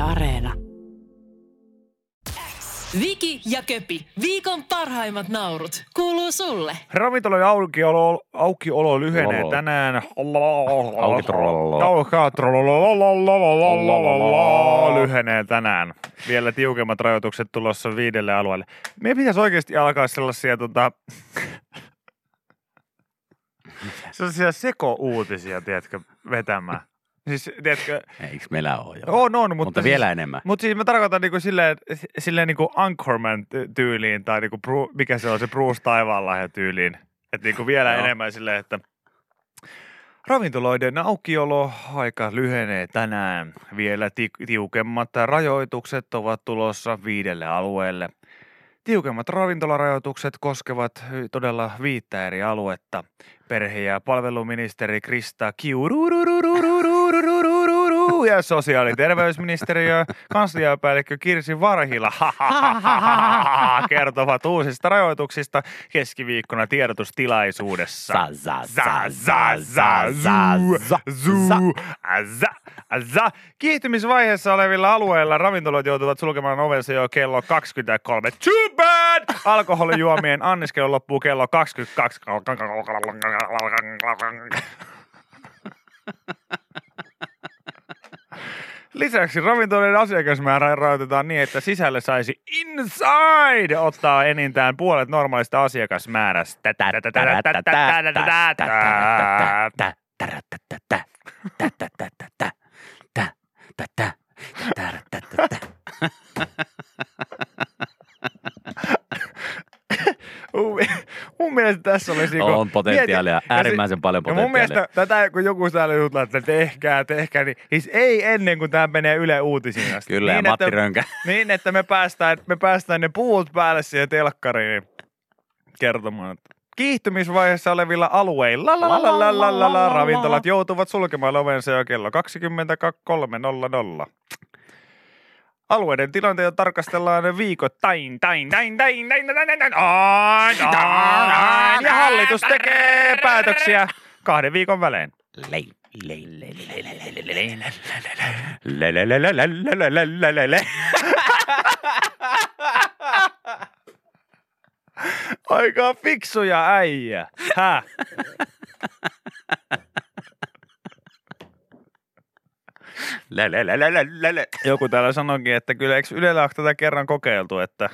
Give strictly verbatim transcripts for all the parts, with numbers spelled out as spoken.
Areena. Viki ja Köpi, viikon parhaimmat naurut, kuuluu sulle. Ravintoloiden aukiolo, aukiolo lyhenee Lolo. tänään. Aukitrololo. Lyhenee tänään. Vielä tiukemmat rajoitukset tulossa viidelle alueelle. Meidän pitäisi oikeasti alkaa sellaisia tota... sellaisia seko-uutisia, tiedätkö, vetämään. Siis, tiedätkö... Eikö meillä ole jo? On, on, mutta, Mutta siis, vielä enemmän. Mutta siis mä tarkoitan niinku silleen, silleen niinku Anchorman-tyyliin tai niinku, Bru, mikä se on se Bruce Taivaanlahja tyyliin. Että niinku vielä Joo. enemmän silleen, että ravintoloiden aukioloaika lyhenee tänään. Vielä ti- tiukemmat rajoitukset ovat tulossa viidelle alueelle. Tiukemmat ravintolarajoitukset koskevat todella viittä eri aluetta. Perhe- ja palveluministeri Krista Kiuru ja sosiaali- ja terveysministeriö kansliapäällikkö Kirsi Varhila kertovat uusista rajoituksista keskiviikkona tiedotustilaisuudessa. Za, za, za, za, za, za, Zuu, za, za. Kiihtymisvaiheessa olevilla alueilla ravintolat joutuvat sulkemaan ovensa jo kello kaksikymmentäkolme. Too bad! Alkoholijuomien anniskelu loppuu kello kaksikymmentäkaksi. Lisäksi ravintoloiden asiakasmäärää rajoitetaan niin, että sisälle saisi inside ottaa enintään puolet normaalista asiakasmäärästä. Mun mielestä tässä olisi... On potentiaalia, äärimmäisen paljon ja mun potentiaalia. mielestä tätä, kun joku täällä jutlaa, että tehkää, tehkää, niin siis ei ennen kuin tämä menee Yle Uutisiin asti. Kyllä, ja niin, Matti että, Rönkä. Niin, että me päästään, me päästään ne puut päälle siihen telkkariin kertomaan, että kiihtymisvaiheessa olevilla alueilla la, la, la, la, la, la, la, ravintolat joutuvat sulkemaan ovensa jo kello kaksikymmentäkolme nolla nolla. Alueiden tilanteita tarkastellaan viikoittain, tain, tain, tain, tain, tain, tain, tain, tain, tain, ja hallitus tekee päätöksiä kahden viikon välein. Lei, lei, lei, lei, lei, lei, lei, lei, lei, lei, lei, lei, lei, lei, lei, lei. Aika fiksuja äijä. Häh? Le, le, le, le, le, le, le. Joku täällä sanoikin, että kyllä eikö Ylellä ole tätä kerran kokeiltu, että,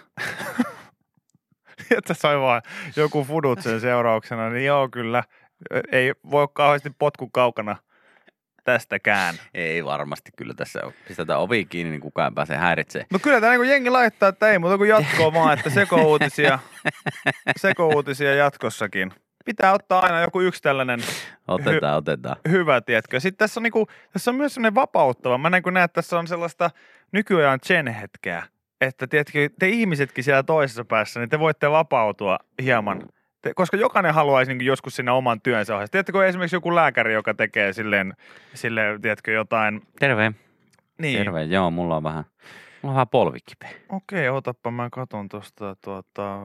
että sai vaan joku fudut sen seurauksena, niin joo kyllä, ei voi kauheasti potku kaukana tästäkään. Ei varmasti kyllä tässä on. Pistetään ovi kiinni, niin kukaan pääsee häiritsemään. No kyllä tämä niin jengi laittaa, että ei muuta kuin jatkoa vaan, että sekouutisia, sekouutisia jatkossakin. Pitää ottaa aina joku yksi tällainen Otetaan, otetaan. hyvä, tiedätkö. Sitten tässä on, niinku, tässä on myös sellainen vapauttava. Mä näin, kun näen, että tässä on sellaista nykyajan zen-hetkeä, että tiedätkö, te ihmisetkin siellä toisessa päässä, niin te voitte vapautua hieman. Te, koska jokainen haluaisi niin joskus sinne oman työnsä ohjassa. Tiedätkö, esimerkiksi joku lääkäri, joka tekee silleen, silleen tiedätkö, jotain. Terve. Niin. Terve, joo, mulla on vähän, mulla on vähän polvikipeä. Okei, otappa, mä katon tuosta tuota,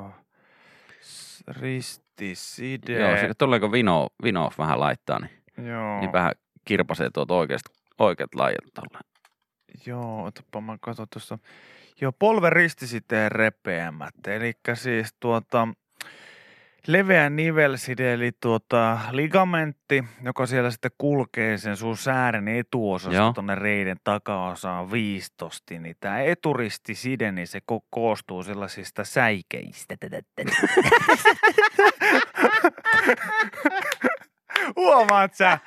ristiside. Joo, se tuleeko vino, vino vähän laittaa, niin, Joo. niin vähän kirpasee tuot oikeasta, oikeat lajat tuolla. Joo, otapa mä katson tuossa. Joo, polven ristisiteen repeämät. Elikkä siis tuota leveä nivelside, eli tuota ligamentti, joka siellä sitten kulkee sen sun säären etuosasta Joo. tonne reiden takaosaan viistosti, niin tää eturistiside, niin se ko- koostuu sellaisista säikeistä. Huomaat sä?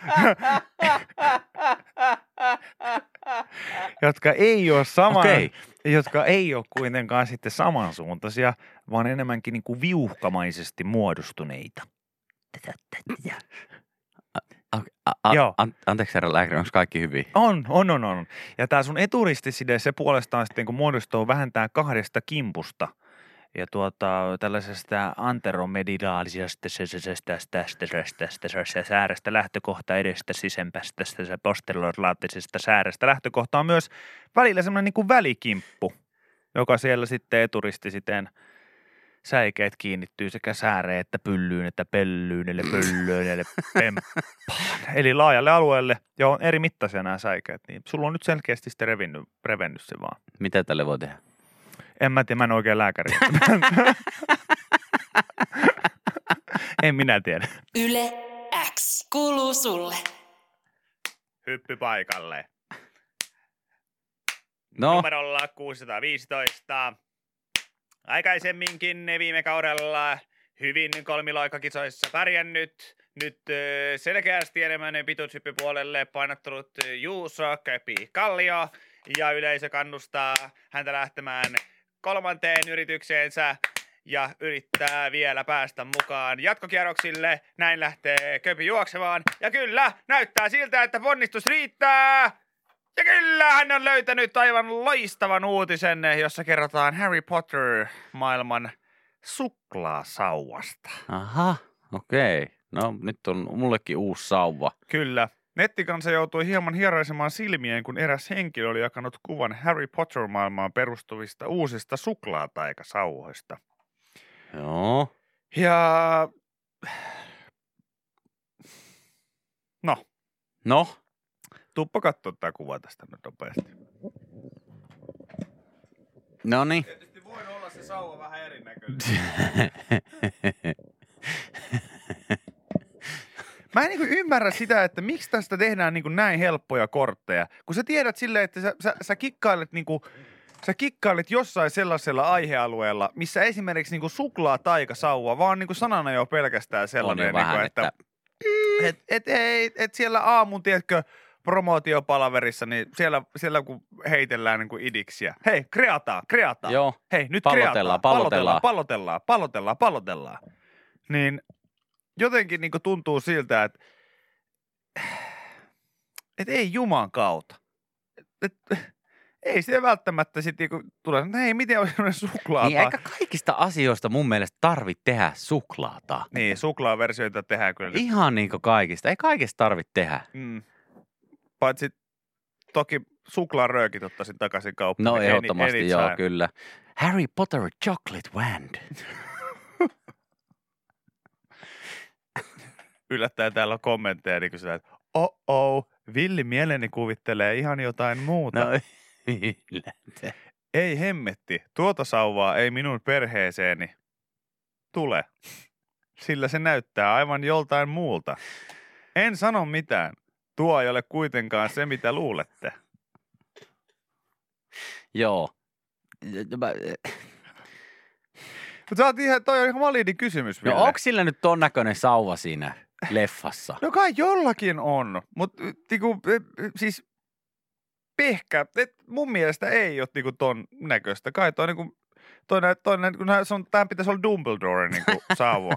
jotka ei ole saman, Okei. jotka ei ole kuitenkaan sitten samansuuntaisia, vaan enemmänkin niin kuin viuhkamaisesti muodostuneita. A, a, a, Joo. an, anteeksi herra lääkäri, onko kaikki hyvin? On, on, on, on. Ja tämä sun eturistiside, se puolestaan sitten kun muodostuu vähintään kahdesta kimpusta ja tuota tällaisesta anteromediaalisesta säärästä lähtökohta edestä sisempästä posterolaattisesta säärästä lähtökohta on myös välillä semmoinen niin kuin välikimppu, joka siellä sitten eturistisiteen säikeet kiinnittyy sekä sääreen että pyllyyn että pöllyyn eli pöllöön eli pemppaan. Eli laajalle alueelle ja on eri mittaisia nämä säikeet, niin sulla on nyt selkeästi sitten revennyt, revennyt se vaan. Mitä tälle voi tehdä? En mä tiedä, mä en oikein lääkäri. En minä tiedä. Yle X kuuluu sulle. Hyppy paikalle. No, Numerolla kuusisataaviisitoista. Aikaisemminkin viime kaudella hyvin kolmiloikakisoissa pärjännyt. Nyt ö, selkeästi enemmän pituushyppypuolelle painottunut Juuso Köpi Kallio. Ja yleisö kannustaa häntä lähtemään kolmanteen yritykseensä ja yrittää vielä päästä mukaan jatkokierroksille. Näin lähtee Köpi juoksemaan. Ja kyllä, näyttää siltä, että ponnistus riittää. Ja kyllä, hän on löytänyt aivan loistavan uutisen, jossa kerrotaan Harry Potter-maailman suklaasauvasta. aha, okei. No nyt on mullekin uusi sauva. Kyllä. Nettikansa joutui hieman hieraisemaan silmien, kun eräs henkilö oli jakanut kuvan Harry Potter-maailmaan perustuvista uusista suklaataikasauvoista. Joo. Ja... No, No, tuppa katsoa tää kuva tästä nyt nopeasti. no niin. Tietysti voi olla se sauva vähän erinäköinen. Mä en niin ymmärrä sitä, että miksi tästä tehdään niin näin helppoja kortteja. Kun sä tiedät silleen, että sä, sä, sä, kikkailet, niin kuin, sä kikkailet jossain sellaisella aihealueella, missä esimerkiksi niin suklaataikasauva, vaan niin sanana jo pelkästään sellainen, On jo niin vähän, kuin, että, että- et, et, et, et siellä aamun, tiedätkö, promootiopalaverissa, niin siellä, siellä kun heitellään niin kuin idiksiä. Hei, kreataan, kreataan. Joo. Hei, nyt Pallotellaan, kreataan. pallotellaan. Pallotellaan, pallotellaan, pallotellaan. Niin jotenkin niin kuin tuntuu siltä, että et ei juman kautta. Et, et, ei se välttämättä sitten niin tule, että hei, miten on sellainen suklaata? Niin eikä kaikista asioista mun mielestä tarvitse tehdä suklaata. Niin, suklaaversioita tehdään kyllä. nyt. Ihan niin kuin kaikista. Ei kaikista tarvitse tehdä. Mm. Paitsi toki suklaaröökit ottaisin takaisin kauppaan. No Any- ehdottomasti anytime. joo, kyllä. Harry Potter Chocolate Wand. Yllättäen täällä on kommentteja, niin kysytään, että oh-oh, villi mieleni kuvittelee ihan jotain muuta. No yllätä. Ei hemmetti, tuota sauvaa ei minun perheeseeni tule, sillä se näyttää aivan joltain muulta. En sano mitään, tuo ei ole kuitenkaan se, mitä luulette. Joo. Ja- ja mä- Mutta sä oot ihan, toi on ihan validi kysymys vielä. No onko sillä nyt ton näköinen sauva siinä leffassa? No kai jollakin on, mutta niinku, siis pehkä, et mun mielestä ei ole niinku ton näköistä. Kai toi niinku, toi, nä- toi, nä- kun nää- se on, tämähän pitäisi olla Dumbledore niinku sauva.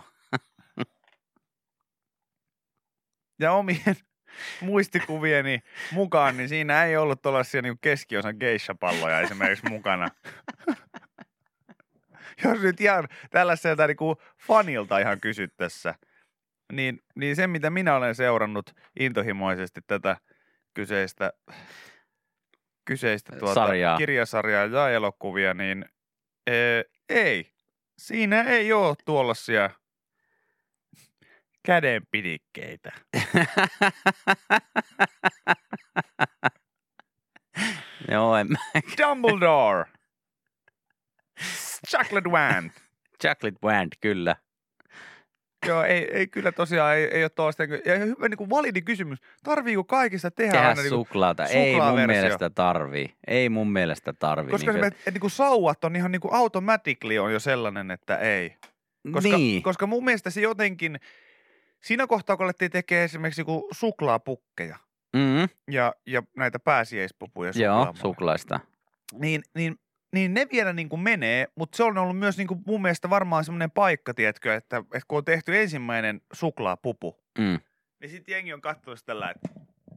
Ja omien muistikuvieni mukaan, niin siinä ei ollut tuollaisia niinku keskiosan geisha-palloja esimerkiksi mukana. Jos nyt ihan tällaiselta niinku fanilta ihan kysyttäessä, niin, niin se mitä minä olen seurannut intohimoisesti tätä kyseistä, kyseistä tuota Sarjaa. kirjasarjaa ja elokuvia, niin ee, ei. Siinä ei ole tuollaisia kädenpidikkeitä. Joo, en mä. Dumbledore! Chocolate Wand! Chocolate Wand, kyllä. Joo, ei, ei kyllä tosiaan, ei, ei ole tuollaista. Ja hyvä niin kuin validi kysymys, tarviiko kaikista tehdä, Tehdä aina niin kuin, suklaata. Ei mun suklaaversio? mielestä tarvii. Ei mun mielestä tarvii. koska Niin niin kuin, et, niin kuin sauvat on ihan niin kuin automatically on jo sellainen, että ei. Koska, niin. koska mun mielestä se jotenkin, siinä kohtaa kun alettiin tekemään esimerkiksi joku suklaapukkeja Mm, ja, ja näitä pääsiäispupuja joo, suklaamalla, suklaista. niin, niin, niin ne vielä niin kuin menee, mutta se on ollut myös niin kuin mun mielestä varmaan semmoinen paikka, tiedätkö, että, että kun on tehty ensimmäinen suklaapupu, Mm. niin sitten jengi on katsonut sitä tällä, että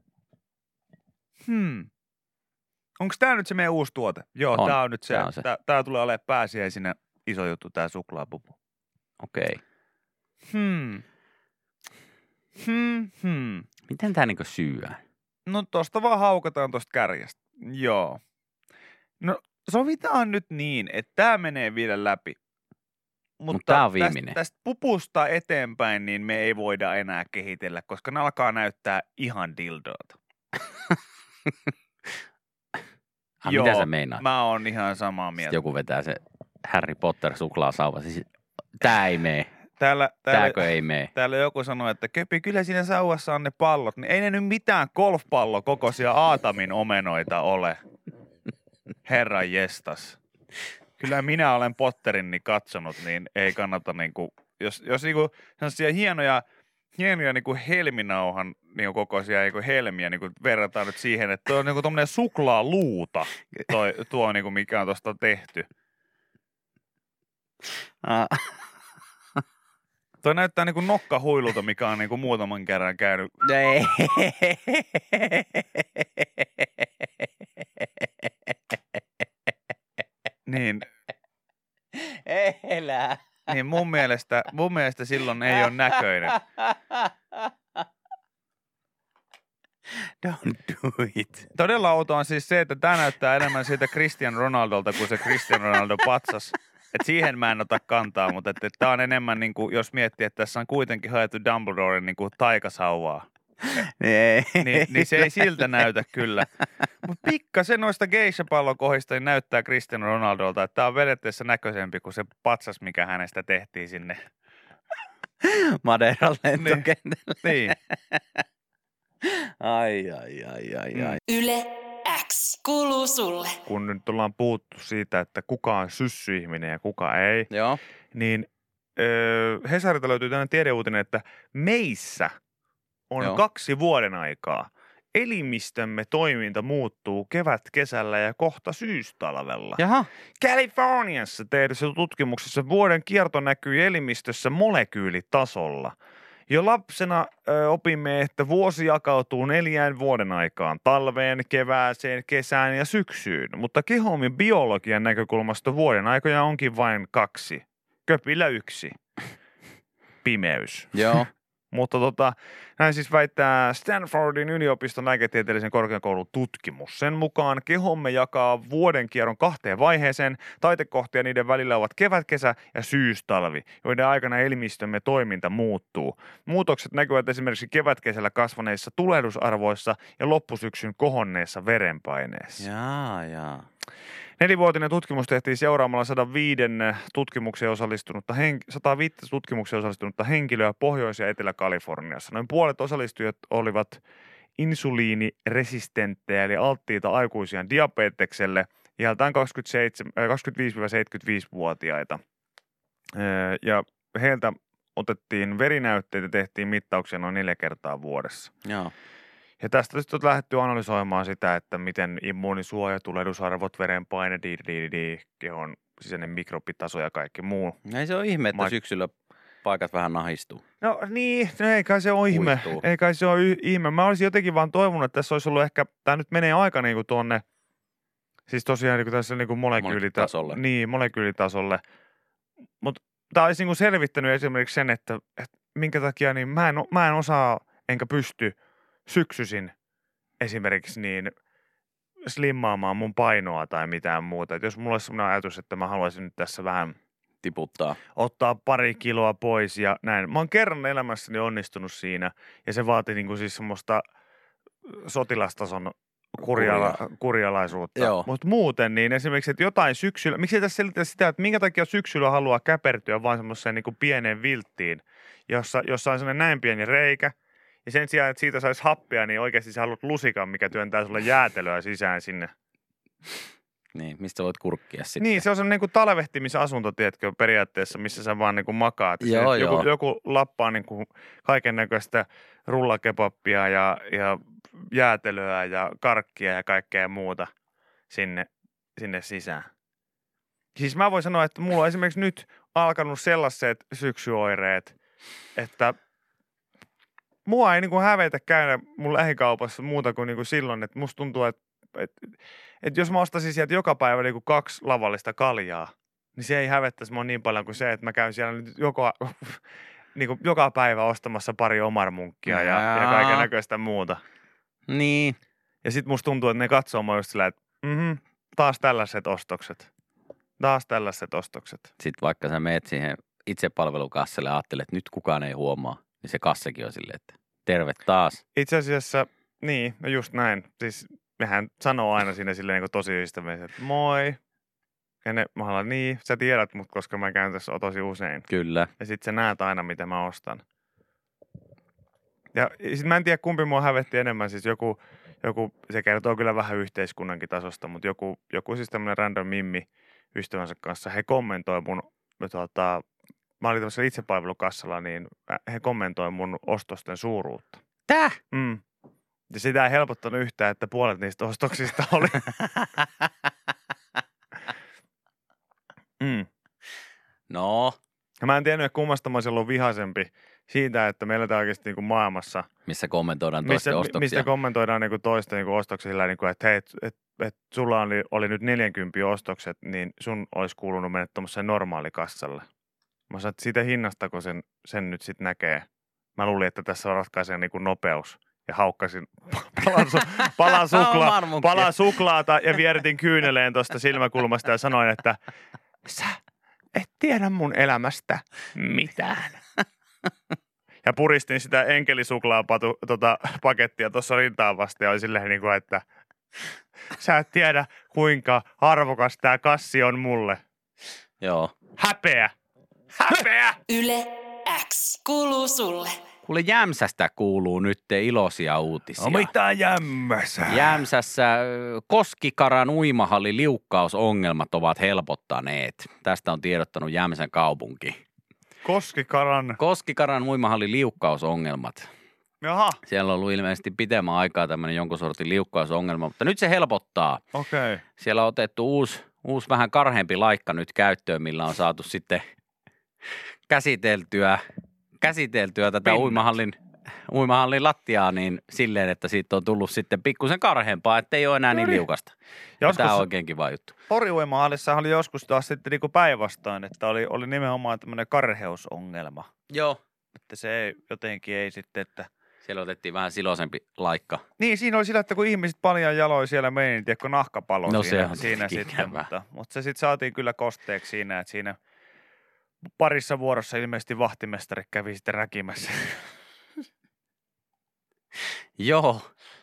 hmm, onko tämä nyt se meidän uusi tuote? Joo, On, tämä on nyt se. tää on se. Tämä tulee olemaan pääsiäisenä iso juttu, tämä suklaapupu. Okei. Okay. Hmm. Hmm, hmm. Miten tää niinku syyää? No tosta vaan haukataan tosta kärjestä. Joo. No sovitaan nyt niin, että tämä menee vielä läpi. mutta Mut tää on tästä, viimeinen. tästä pupusta eteenpäin niin me ei voida enää kehitellä, koska ne alkaa näyttää ihan dildolta. Ah, mitä sä meinaat? mä oon ihan samaa Sitten mieltä. joku vetää se Harry Potter suklaasauva. Siis, tää ei mee. Täällä, täällä, Tääkö ei mee? täällä joku sanoi, että Köpi, kyllä siinä sauvassa on ne pallot. Niin ei ne nyt mitään golfpallo kokoisia Aatamin omenoita ole. Herra jestas. Kyllä minä olen Potterin katsonut, niin ei kannata niinku, jos, jos niinku sellaisia hienoja, hienoja niinku helminauhan niinku kokoisia niinku helmiä niinku verrataan nyt siihen, että tuo on niinku tommonen suklaaluuta, toi, tuo niinku mikä on tosta tehty. Ah. Toi näyttää niinku nokkahuilulta, mikä on niinku muutaman kerran käynyt. Ei. Niin, Elää. niin mun mielestä, mun mielestä silloin ei ole näköinen. Don't do it. Todella outoa on siis se, että tää näyttää enemmän siitä Cristiano Ronaldolta kuin se Cristiano Ronaldo patsas. Et siihen mä en ota kantaa, mutta että tää on enemmän niinku, jos miettii, että tässä on kuitenkin haettu Dumbledoren niinku taikasauvaa. Ei. Niin, niin se ei siltä näytä kyllä. Mutta pikkasen noista geisha-pallokohdista niin näyttää Cristiano Ronaldolta, että tää on periaatteessa näköisempi kuin se patsas, mikä hänestä tehtiin sinne. Madeiran lentokentällä. Niin. Ai, ai, ai, ai, ai. Yle X kuuluu sulle. Kun nyt ollaan puhuttu siitä, että kuka on syssyihminen ja kuka ei, Joo. niin öö, Hesarilta löytyy tämmöinen tiedeuutinen, että meissä on Joo. kaksi vuoden aikaa. Elimistömme toiminta muuttuu kevät-kesällä ja kohta syystalvella. Jaha. Kaliforniassa tehdyssä tutkimuksessa vuoden kierto näkyy elimistössä molekyylitasolla. Jo lapsena ö, opimme, että vuosi jakautuu neljään vuoden aikaan, talveen, kevääseen, kesään ja syksyyn. Mutta kehomme biologian näkökulmasta vuoden aikoja onkin vain kaksi. Köpillä yksi. Pimeys. Joo. Mutta tota, näin siis väittää Stanfordin yliopiston lääketieteellisen korkeakoulun tutkimus. Sen mukaan kehomme jakaa vuoden kierron kahteen vaiheeseen. Taitekohtia niiden välillä ovat kevät, kesä ja syystalvi, joiden aikana elimistömme toiminta muuttuu. Muutokset näkyvät esimerkiksi kevätkesällä kasvaneissa tulehdusarvoissa ja loppusyksyn kohonneessa verenpaineessa. Jaa, jaa. Nelivuotinen tutkimus tehtiin seuraamalla sata viisi tutkimukseen osallistunutta, hen- sata viisi tutkimukseen osallistunutta henkilöä Pohjois- ja Etelä-Kaliforniassa. Noin puolet osallistujat olivat insuliiniresistenttejä eli alttiita aikuisia diabetekselle iältään kaksikymmentäviisi-seitsemänkymmentäviisi-vuotiaita. Öö, Ja heiltä otettiin verinäytteitä, tehtiin mittauksia noin neljä kertaa vuodessa. Joo. Ja tästä sitten on lähdetty analysoimaan sitä, että miten immuunisuoja, tulehdusarvot, verenpaine, di, di, di, kehon sisäinen mikrobitaso ja kaikki muu. Ei se ole ihme, että Ma- syksyllä paikat vähän nahistuu. No niin, no ei kai se ole ihme. Huistuu. Ei kai se ole y- ihme. Mä olisin jotenkin vaan toivonut, että tässä olisi ollut ehkä, tämä nyt menee aika niin kuin tuonne, siis tosiaan niin kuin tässä niin kuin molekyylita- Tasolle. Niin, molekyylitasolle. Mutta tämä olisi niin kuin selvittänyt esimerkiksi sen, että, että minkä takia niin mä en, o- mä en osaa enkä pysty syksyisin esimerkiksi niin slimmaamaan mun painoa tai mitään muuta. Et jos mulla olisi sellainen ajatus, että mä haluaisin nyt tässä vähän Tiputtaa. ottaa pari kiloa pois ja näin. Mä oon kerran elämässäni onnistunut siinä ja se vaati niinku siis semmoista sotilastason kurjala, kurjalaisuutta. Joo. Mutta muuten niin esimerkiksi, että jotain syksyllä, miksi ei tässä selitä sitä, että minkä takia syksyllä haluaa käpertyä vaan semmoiseen niinku pieneen vilttiin, jossa, jossa on sellainen näin pieni reikä. Ja sen sijaan, että siitä saisi happea, niin oikeasti sä haluat lusikan, mikä työntää sulle jäätelöä sisään sinne. Niin, mistä voit kurkkia sitten. Niin, se on semmoinen niin talvehtimisasunto, tiedätkö, periaatteessa, missä sä vaan niin kuin makaat. Joo, joku, joo. joku lappaa niin kuin kaiken näköistä rullakebappia ja, ja jäätelöä ja karkkia ja kaikkea muuta sinne, sinne sisään. Siis mä voin sanoa, että mulla on esimerkiksi nyt alkanut sellaiset syksyoireet, että mua ei niin kuin hävetä käydä mun lähikaupassa muuta kuin, niin kuin silloin, että musta tuntuu, että, että, että jos mä ostaisin sieltä joka päivä niin kuin kaksi lavallista kaljaa, niin se ei hävettäisi mua niin paljon kuin se, että mä käyn siellä nyt joka, niin kuin joka päivä ostamassa pari omarmunkkia ja, ja kaiken näköistä muuta. Niin. Ja sit musta tuntuu, että ne katsoo mua just sillä, että mm-hmm, taas tällaiset ostokset. Taas tällaiset ostokset. Sitten vaikka sä meet siihen itsepalvelukassalle ja ajattelet, että nyt kukaan ei huomaa, niin se kassakin on silleen, että terve taas. Itse asiassa, niin, no just näin. Siis mehän sanoo aina siinä silleen niin tosi ystävällisesti, että moi. Ja ne, mä olen niin, sä tiedät mut, koska mä käyn tässä tosi usein. Kyllä. Ja sit sä näet aina, mitä mä ostan. Ja sit mä en tiedä, kumpi mua hävetti enemmän. Siis joku, joku se kertoo kyllä vähän yhteiskunnankin tasosta, mutta joku, joku siis tämmönen random mimmi ystävänsä kanssa, he kommentoi mun, tota, mä olin tämmöisellä itsepalvelukassalla, niin he kommentoi mun ostosten suuruutta. Täh? Mm. Ja sitä ei helpottanut yhtään, että puolet niistä ostoksista oli. mm. No. Ja mä en tiennyt, että kummasta mä olisin ollut vihaisempi siitä, että meillä tää oikeasti niin kuin maailmassa, Missä kommentoidaan missä, toisten ostoksia. mistä kommentoidaan niin kuin toisten niin kuin ostoksilla, niin kuin, että hei, et, et, et sulla oli, oli nyt neljäkymmentä ostokset, niin sun olisi kuulunut mennä tuommoiseen normaalikassalle. Mä sanoin, että siitä hinnasta, kun sen, sen nyt sitten näkee. Mä luulin, että tässä on ratkaisee niin kuin nopeus. Ja haukkasin palan, su, palan, sukla, palan suklaata ja vieritin kyyneleen tuosta silmäkulmasta ja sanoin, että sä et tiedä mun elämästä mitään. Ja puristin sitä enkelisuklaapatu, tota, pakettia tuossa rintaan vasten ja oli silleen niin kuin, että sä et tiedä kuinka arvokas tää kassi on mulle. Joo. Häpeä! Häpeä! Yle X kuuluu sulle. Kuule, Jämsästä kuuluu nyt iloisia uutisia. No mitä jämmässä? Jämsässä ö, Koskikaran uimahalli liukkausongelmat ovat helpottaneet. Tästä on tiedottanut Jämsän kaupunki. Koskikaran. Koskikaran uimahalli liukkausongelmat. Jaha. Siellä on ollut ilmeisesti pitemmän aikaa tämmöinen jonkun sortin liukkausongelma, mutta nyt se helpottaa. Okei. Okay. Siellä on otettu uusi, uusi vähän karheampi laikka nyt käyttöön, millä on saatu sitten käsiteltyä, käsiteltyä tätä Pinnat. uimahallin, uimahallin lattiaa niin silleen, että siitä on tullut sitten pikkusen karheampaa, ettei ole enää niin Noniin. liukasta. Joskus Tämä on oikein kiva juttu. Pori-uimahallissa oli joskus taas sitten niinku päinvastoin, että oli, oli nimenomaan tämmöinen karheusongelma. Joo. Että se ei, jotenkin ei sitten, että... Siellä otettiin vähän siloisempi laikka. Niin, siinä oli sillä, että kun ihmiset paljon jaloin siellä meni, niin tiedätkö, nahkapalo No siinä, se on siinä tietenkin sitten. ikävää. Mutta, mutta se sitten saatiin kyllä kosteeksi siinä, että siinä parissa vuorossa ilmeisesti vahtimestari kävi sitten räkimässä. Joo.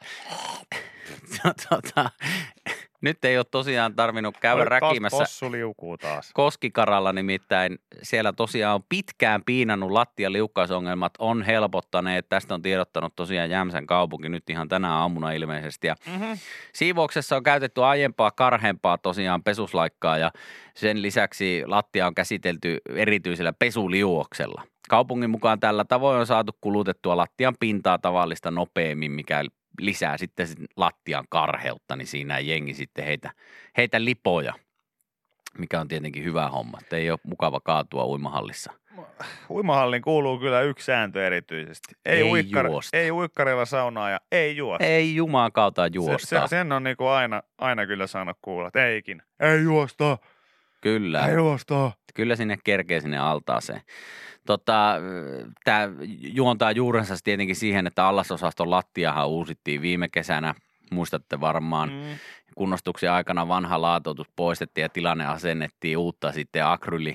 tota, nyt ei ole tosiaan tarvinnut käydä räkimässä. Possu liukuu taas. Koskikaralla nimittäin siellä tosiaan on pitkään piinannut lattialiukkausongelmat on helpottaneet. Tästä on tiedottanut tosiaan Jämsän kaupunki nyt ihan tänä aamuna ilmeisesti. Ja Mm-hmm. siivouksessa on käytetty aiempaa karhempaa tosiaan pesuslaikkaa ja sen lisäksi lattia on käsitelty erityisellä pesuliuoksella. Kaupungin mukaan tällä tavoin on saatu kulutettua lattian pintaa tavallista nopeammin, mikä lisää sitten lattian karheutta, niin siinä ei jengi sitten heitä, heitä lipoja, mikä on tietenkin hyvä homma. Että ei ole mukava kaatua uimahallissa. Uimahallin kuuluu kyllä yksi sääntö erityisesti. Ei, Ei uikkar, juosta. ei uikkarilla saunaa ja ei juosta. Ei jumaan kautta juosta. Se, se, sen on niinku aina, aina kyllä saanut kuulla, että eikin. Ei juosta, Kyllä. ei juosta. Kyllä sinne kerkee sinne altaaseen. Tota, tämä juontaa juurensa tietenkin siihen, että allasosaston lattiahan uusittiin viime kesänä. Muistatte varmaan. Mm. Kunnostuksen aikana vanha laatoutus poistettiin ja tilanne asennettiin uutta sitten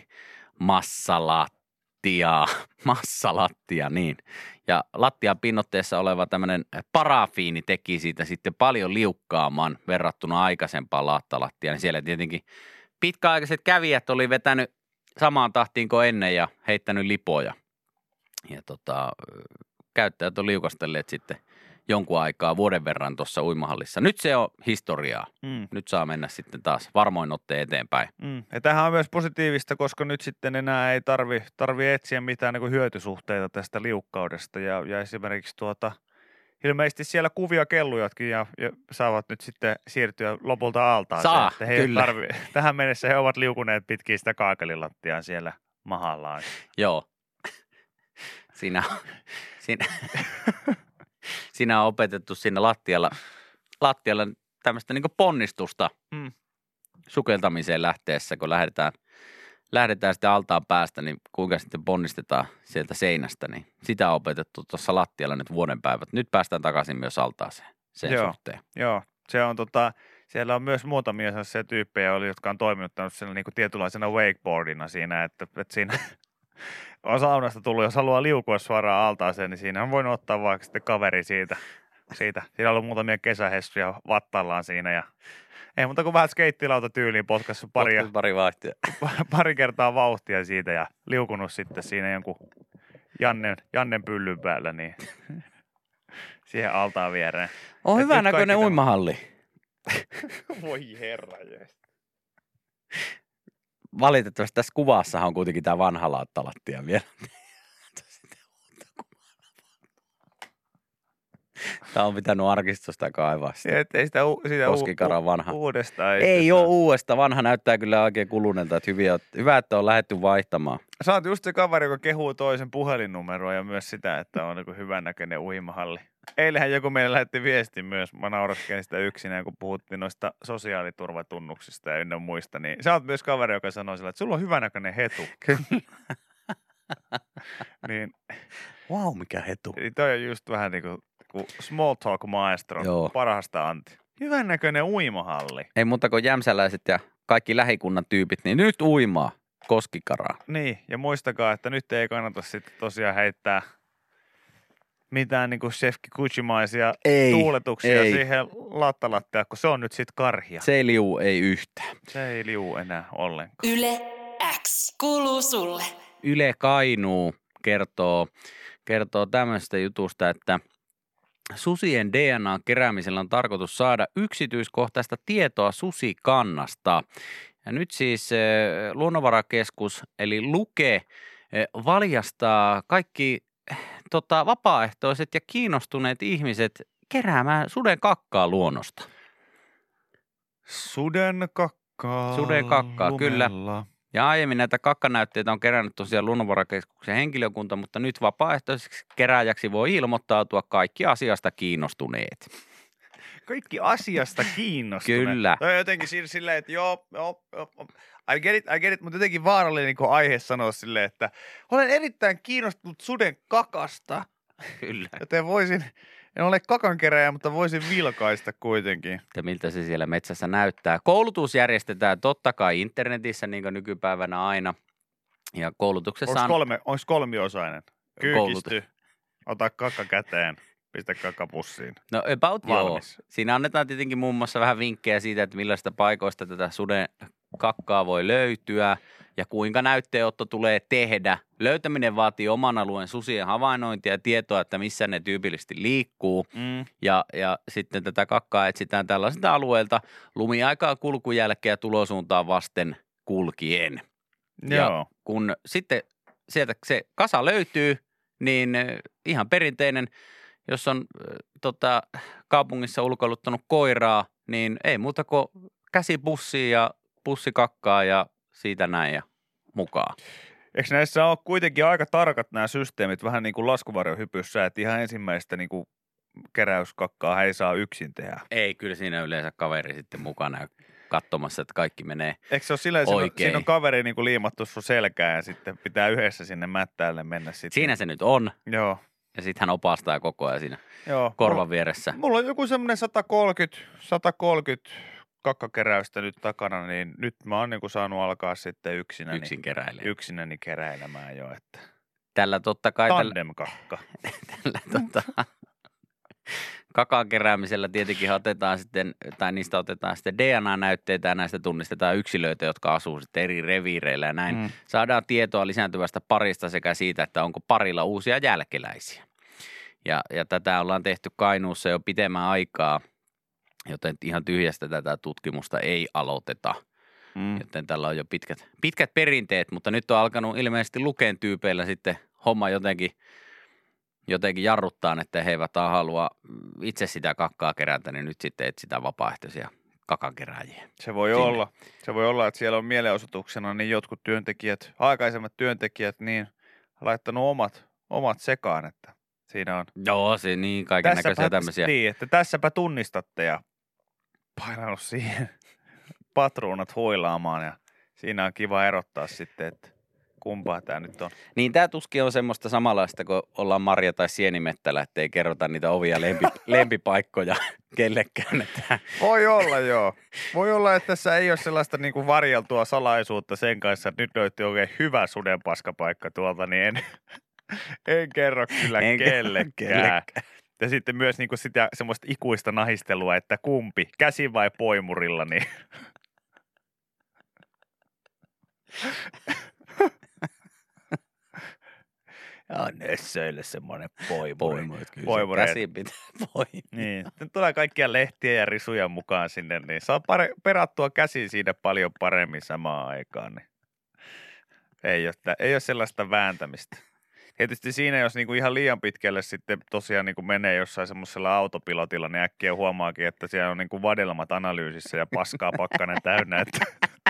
akrylimassalattia. Massalattia, niin. Ja lattian pinnotteessa oleva tämmöinen parafiini teki siitä sitten paljon liukkaamman verrattuna aikaisempaan laattalattiaan. Niin siellä tietenkin pitkäaikaiset kävijät oli vetänyt samaan tahtiin kuin ennen ja heittänyt lipoja. Ja tota, käyttäjät on liukastelleet sitten jonkun aikaa vuoden verran tuossa uimahallissa. Nyt se on historiaa. Mm. Nyt saa mennä sitten taas varmoin otteen eteenpäin. Mm. Ja tämähän on myös positiivista, koska nyt sitten enää ei tarvi, tarvi etsiä mitään niin kuin hyötysuhteita tästä liukkaudesta. Ja, ja esimerkiksi tuota, ilmeisesti siellä kuvia kellujatkin ja, ja saavat nyt sitten siirtyä lopulta altaaseen. Saa, että he ei kyllä. tarvi, tähän mennessä he ovat liukuneet pitkin sitä kaakelilattiaan siellä mahallaan. Joo. Siinä, siinä, siinä on opetettu siinä lattialla, lattialla tämmöistä niin kuin ponnistusta Mm. sukeltamiseen lähteessä, kun lähdetään, lähdetään sitten altaan päästä, niin kuinka sitten ponnistetaan sieltä seinästä, niin sitä on opetettu tuossa lattialla nyt vuoden päivät. Nyt päästään takaisin myös altaaseen sen Joo. suhteen. Joo, se on tota, siellä on myös muutamia sellaisia tyyppejä, oli, jotka on toiminut tämmöisenä niin kuin tietynlaisena wakeboardina siinä, että, että siinä on saunasta tullut, jos haluaa liukua suoraan altaaseen, niin siinä on voinut ottaa vaikka sitten kaveri siitä. siitä. Siinä on ollut muutamia kesähessuja vattallaan siinä ja ei muuta kuin vähän skeittilauta tyyliin potkassa pari, ja, pari, vauhtia. pari kertaa vauhtia siitä ja liukunut sitten siinä jonkun Jannen, Jannen pyllyn päällä niin siihen altaan viereen. On Et hyvä nyt näköinen kaikki uimahalli. Voi herra jees. Valitettavasti tässä kuvassahan on kuitenkin tämä vanha lauttalattia vielä. Tämä on pitänyt arkistosta kaivaa sitä. Et ei sitä, u- sitä Koskikaran u- vanha. u- uudestaan. Ei, Ei sitä ole saa. uudesta. Vanha näyttää kyllä oikein kulunelta. Että hyviä, hyvä, että on lähdetty vaihtamaan. Sä oot just se kaveri, joka kehuu toisen puhelinnumeroa ja myös sitä, että on niin hyvän näköinen uimahalli. Eilähän joku meille lähetti viestin myös. Mä nauraskelin sitä yksinään, kun puhuttiin noista sosiaaliturvatunnuksista ja ynnä muista. Niin sä oot myös kaveri, joka sanoi sillä, että sulla on hyvän näköinen hetu. niin, Wow, mikä hetu. niin toi on just vähän niin kuin, kuin small talk maestro. Joo. Parhasta Antti. Hyvän näköinen uimahalli. Ei muuta kuin jämsäläiset ja kaikki lähikunnan tyypit, niin nyt uimaa Koskikaraa. Niin, ja muistakaa, että nyt ei kannata sitten tosiaan heittää mitään niin kuin Chef Kikuchimaisia Ei, tuuletuksia ei. siihen lattalattia, kun se on nyt sitten karhia. Se ei liu, ei yhtään. Se ei liu enää ollenkaan. Yle X kuuluu sulle. Yle Kainuu kertoo, kertoo tämmöistä jutusta, että susien D N A-keräämisellä on tarkoitus saada yksityiskohtaista tietoa susikannasta. Ja nyt siis eh, Luonnonvarakeskus eli Luke eh, valjastaa kaikki eh, tota, vapaaehtoiset ja kiinnostuneet ihmiset keräämään suden kakkaa luonnosta. Suden kakkaa. Suden kakkaa, kyllä. Ja aiemmin näitä kakkanäytteitä on kerännyt tosiaan Luonnonvarakeskuksen henkilökunta, mutta nyt vapaaehtoiseksi kerääjäksi voi ilmoittautua kaikki asiasta kiinnostuneet. Kaikki asiasta kiinnostuneet. Kyllä. Toi on jotenkin sillä- silleen, että joo, joo, joo, I get it, I get it, mutta jotenkin vaarallinen niin aihe sanoa silleen, että olen erittäin kiinnostunut suden kakasta, Kyllä. joten voisin, en ole kakankeräjä, mutta voisin vilkaista kuitenkin. Ja miltä se siellä metsässä näyttää. Koulutus järjestetään totta kai internetissä, niin kuin nykypäivänä aina. Ja koulutuksessa Onko on... kolme, onks kolmiosainen? Koulut. Kyykisty, ota kakka käteen, pistä kakka pussiin. No about joo. Valmis. Siinä annetaan tietenkin muun muassa vähän vinkkejä siitä, että millaista paikoista tätä suden kakkaa voi löytyä ja kuinka näytteenotto tulee tehdä. Löytäminen vaatii oman alueen susien havainnointia ja tietoa, että missä ne tyypillisesti liikkuu. Mm. Ja, ja sitten tätä kakkaa etsitään tällaisilta alueilta lumiaikaa kulkujälkeä ja tulosuuntaan vasten kulkien. Ja Joo. kun sitten sieltä se kasa löytyy, niin eh, ihan perinteinen, jos on eh, tota, kaupungissa ulkoiluttanut koiraa, niin ei muuta kuin käsi pussiin ja pussi kakkaa ja siitä näin ja mukaan. Eikö näissä ole kuitenkin aika tarkat nämä systeemit, vähän niin kuin laskuvarjohypyssä, että ihan ensimmäistä niin kuin keräyskakkaa ei saa yksin tehdä? Ei, kyllä siinä yleensä kaveri sitten mukana ja katsomassa, että kaikki menee. Eikö se ole sillä että Oikein. siinä on kaveri niin kuin liimattu sun selkään ja sitten pitää yhdessä sinne mättäälle mennä sitten? Siinä se nyt on Joo. ja sitten hän opastaa koko ajan siinä Joo. korvan vieressä. Mulla on joku semmoinen sata kolmekymmentä, sata kolmekymmentä kakkakeräystä nyt takana, niin nyt mä oon niinku saanut alkaa sitten yksinäni, Yksin keräilee. yksinäni keräilemään jo, että Tällä totta kai tällä, tandemkakka. tällä tota, kakan keräämisellä tietenkin otetaan sitten, tai niistä otetaan sitten D N A-näytteitä ja näistä tunnistetaan yksilöitä, jotka asuu sitten eri reviireillä ja näin. Mm. Saadaan tietoa lisääntyvästä parista sekä siitä, että onko parilla uusia jälkeläisiä. Ja, ja tätä ollaan tehty Kainuussa jo pitemmän aikaa, joten ihan tyhjästä tätä tutkimusta ei aloiteta. Mm. Joten tällä on jo pitkät, pitkät perinteet, mutta nyt on alkanut ilmeisesti Luken tyypeillä sitten homma jotenkin, jotenkin jarruttaa, että he eivät halua itse sitä kakkaa kerätä, niin nyt sitten etsitään vapaaehtoisia kakankerääjiä. Se voi Sinne. olla. Se voi olla, että siellä on mielenosoituksena niin jotkut työntekijät, aikaisemmat työntekijät, niin laittanut omat, omat sekaan, että siinä on Joo, se niin kaiken näköisiä tämmöisiä. Niin, että tässäpä tunnistatte ja painanut siihen patruunat huilaamaan ja siinä on kiva erottaa sitten, että kumpaa tää nyt on. Niin tää tuskin on semmoista samanlaista, kun ollaan marja- tai sienimettällä, että ei kerrota niitä ovia lempi, lempipaikkoja kellekään. Että... Voi olla, joo. Voi olla, että tässä ei ole sellaista niinku varjeltua salaisuutta sen kanssa, että nyt löytyy oikein hyvä sudenpaskapaikka tuolta, niin en, en kerro kyllä En kerro kellekään. kellekään. Ja sitten myös niinku sitä semmoista ikuista nahistelua, että kumpi, käsi vai poimurilla, niin... Ja Nössöille semmoinen poimuri. Poimuri, kyllä Poimuri. käsiin pitää poimia. Niin. Sitten tulee kaikkia lehtiä ja risuja mukaan sinne, niin saa pare- perattua käsiin siinä paljon paremmin samaan aikaan. Niin. Ei, ole, ei ole sellaista vääntämistä. Tietysti siinä, jos niinku ihan liian pitkälle sitten tosiaan niinku menee jossain semmoisella autopilotilla, niin äkkiä huomaakin, että siellä on niinku vadelmat analyysissä ja paskaa pakkanen täynnä. Että...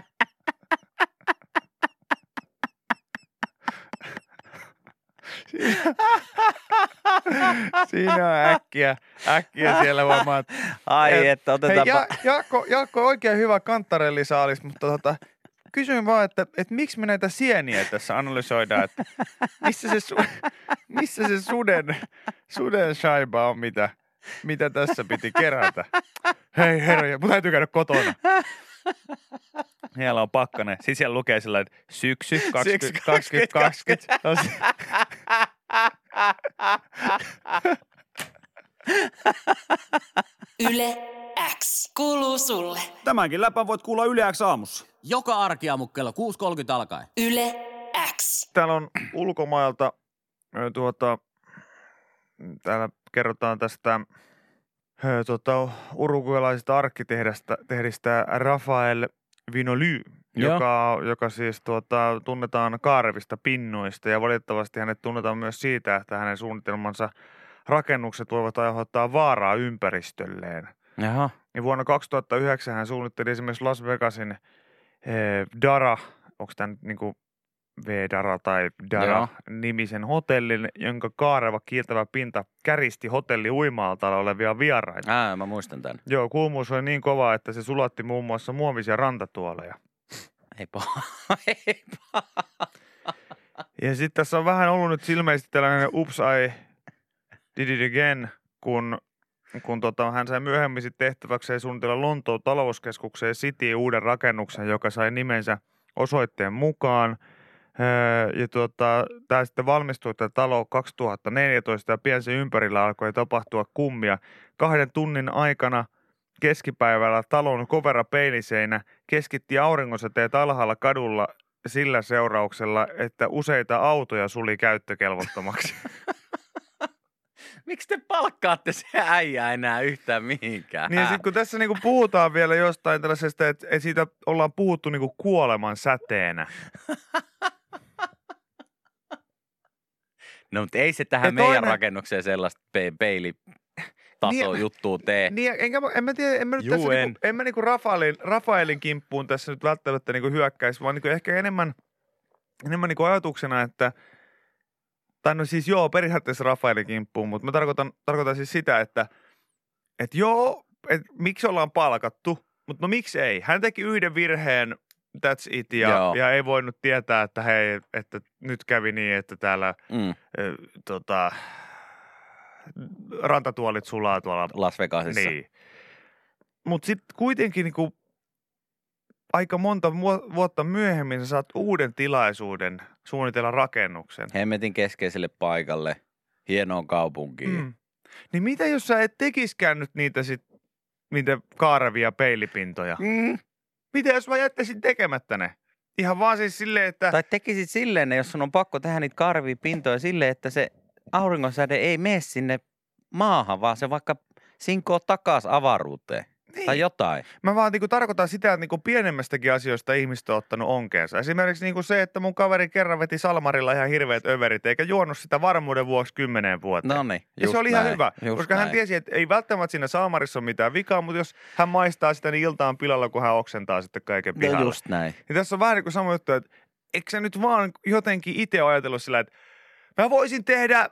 Siinä, siinä on äkkiä, äkkiä siellä huomaa, että... Ai, että otetaanpa... Hei, ja, Jaakko, Jaakko, oikein hyvä kantarellisaalis, mutta tota, kysyin vaan, että, että miksi me näitä sieniä tässä analysoidaan, että missä se, su, missä se suden, suden shaiba on, mitä, mitä tässä piti kerätä. Hei herra, mun täytyy käydä kotona. Siellä on pakkanen. Sitten siellä lukee sillä että syksy kaksikymmentä kaksikymmentä. Yle X kuuluu sulle. Tämänkin läpän voit kuulla Yle X aamussa. Joka arkiaamu kello kuusi kolmekymmentä alkaen. Yle X. Täällä on ulkomailta, ö, tuota, täällä kerrotaan tästä ö, tuota, uruguaylaisesta arkkitehdistä Rafael Vinolü, joka, joka siis tuota, tunnetaan kaarevista pinnoista ja valitettavasti hänet tunnetaan myös siitä, että hänen suunnitelmansa rakennukset voivat aiheuttaa vaaraa ympäristölleen. Jaha. Ja vuonna kaksituhattayhdeksän hän suunnitteli esimerkiksi Las Vegasin eh, Dara, onko tämä nyt niin kuin V-Dara tai Dara-nimisen hotellin, jonka kaareva kiiltävä pinta käristi hotelli uima-altaalla olevia vieraita. Ää, mä muistan tämän. Joo, kuumuus oli niin kova, että se sulatti muun muassa muovisia rantatuoleja. Ei paha, ei paha. Ja sitten tässä on vähän ollut nyt ilmeisesti tällainen ups, I did it again, kun, kun tota, hän sai myöhemmin sit tehtäväkseen suunnitella Lontoon talouskeskukseen City uuden rakennuksen, joka sai nimensä osoitteen mukaan. Öö, ja tota, tämä sitten valmistui tämä talo kaksituhattaneljätoista ja pian sen ympärillä alkoi tapahtua kummia. Kahden tunnin aikana keskipäivällä talon kovera peiliseinä keskitti auringonsäteet alhaalla kadulla sillä seurauksella, että useita autoja suli käyttökelvottomaksi. Miksi te palkkaatte se äijä enää yhtään mihinkään? Niin sitten kun tässä niinku puhutaan vielä jostain tällaisesta, että et siitä ollaan puhuttu niinku kuoleman säteenä. No mutta ei se tähän Ja meidän toinen- rakennukseen sellaista pe- peilitaso Niin- juttua tee. Niin, enkä, mä- en mä tiedä, en mä nyt Juu, tässä en. niinku, en mä niinku Rafaelin, Rafaelin kimppuun tässä nyt välttämättä niinku hyökkäisi, vaan niinku ehkä enemmän, enemmän niinku ajatuksena, että, tai no siis joo, periaatteessa Rafaelin kimppuun, mutta mä tarkoitan, tarkoitan siis sitä, että, että joo, että miksi ollaan palkattu, mutta no miksi ei? Hän teki yhden virheen, that's it, ja, Joo. ja ei voinut tietää, että hei, että nyt kävi niin, että täällä Mm, ö, tota, rantatuolit sulaa tuolla. Las Vegasissa. Niin. Mutta sitten kuitenkin niinku aika monta mu- vuotta myöhemmin sä saat uuden tilaisuuden suunnitella rakennuksen. Hemmetin keskeiselle paikalle, hienoon kaupunkiin. Mm. Niin mitä jos sä et tekiskään nyt niitä sit, niitä kaarevia peilipintoja? Mm. Mitä jos mä jättäisin tekemättä ne? Ihan vaan siis silleen, että... Tai tekisit silleen, jos sun on pakko tehdä niitä karvia pintoja silleen, että se auringonsäde ei mene sinne maahan, vaan se vaikka sinkoo takas avaruuteen. Niin. Tai jotain. Mä vaan niinku tarkoitan sitä, että niinku pienemmästäkin asioista ihmiset on ottanut onkeensa. Esimerkiksi niinku se, että mun kaveri kerran veti Salmarilla ihan hirveät överit, eikä juonut sitä varmuuden vuoksi kymmeneen vuoteen. No niin, Ja se oli ihan hyvä, just koska hän näin. tiesi, että ei välttämättä siinä Salmarissa ole mitään vikaa, mutta jos hän maistaa sitä, niin ilta on pilalla, kun hän oksentaa sitten kaiken pihalle. No just näin. Ja tässä on vähän niin kuin sama juttu, että eikö sä nyt vaan jotenkin itse ole ajatellut sillä, että mä voisin tehdä,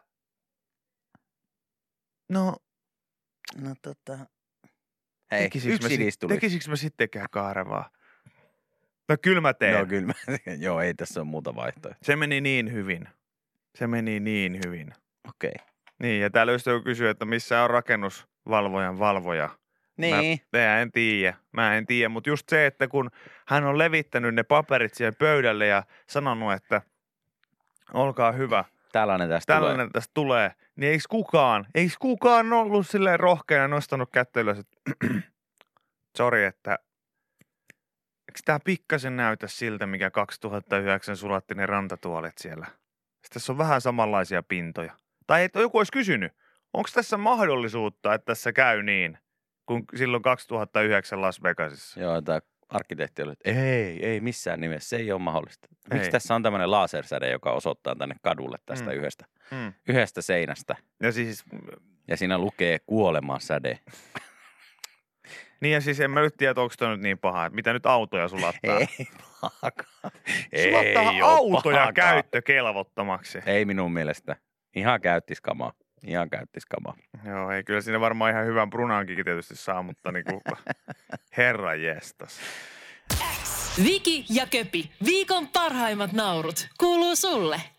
no No tota... Hei, tekisikö yksi mä, sit, idis tuli. tekisikö mä sittenkään kaarevaa? No kyllä mä teen. No kyllä mä, joo, ei tässä ole muuta vaihtoehtoa. Se meni niin hyvin. Se meni niin hyvin. Okei. Okay. Niin, ja täällä just joku kysyy, että missä on rakennusvalvojan valvoja. Niin. Mä, mä en tiedä, mä en tiedä, mutta just se, että kun hän on levittänyt ne paperit siihen pöydälle ja sanonut, että olkaa hyvä, Tällainen tästä tällainen tulee. tästä tulee, niin eikö kukaan, eikö kukaan ollut silleen rohkeana nostanut kättä ylös, että sori, että eikö tää pikkasen näytä siltä, mikä kaksituhattayhdeksän sulatti ne rantatuolet siellä? Sitten tässä on vähän samanlaisia pintoja. Tai että joku olisi kysynyt, onko tässä mahdollisuutta, että tässä käy niin, kuin silloin kaksituhattayhdeksän Las Vegasissa? Joo, tämä arkkitehti oli, että ei, ei missään nimessä, se ei ole mahdollista. Miksi Ei. tässä on tämmöinen lasersäde, joka osoittaa tänne kadulle tästä Mm. yhdestä, Mm. yhdestä seinästä? Ja siis, Ja siinä lukee kuolemansäde. niin ja siis en mä nyt tiedä, onko toi nyt niin paha, että mitä nyt autoja sulattaa. Ei pahakaan. Sulattaa Ei oo autoja pahakaan. käyttökelvottomaksi. Ei minun mielestä. Ihan käyttiskamaa. Ihan käyttiskamaa. Joo, ei kyllä siinä varmaan ihan hyvän brunankin tietysti saa, mutta niinku, herra jestas. Viki ja Köpi, viikon parhaimmat naurut, kuuluu sulle.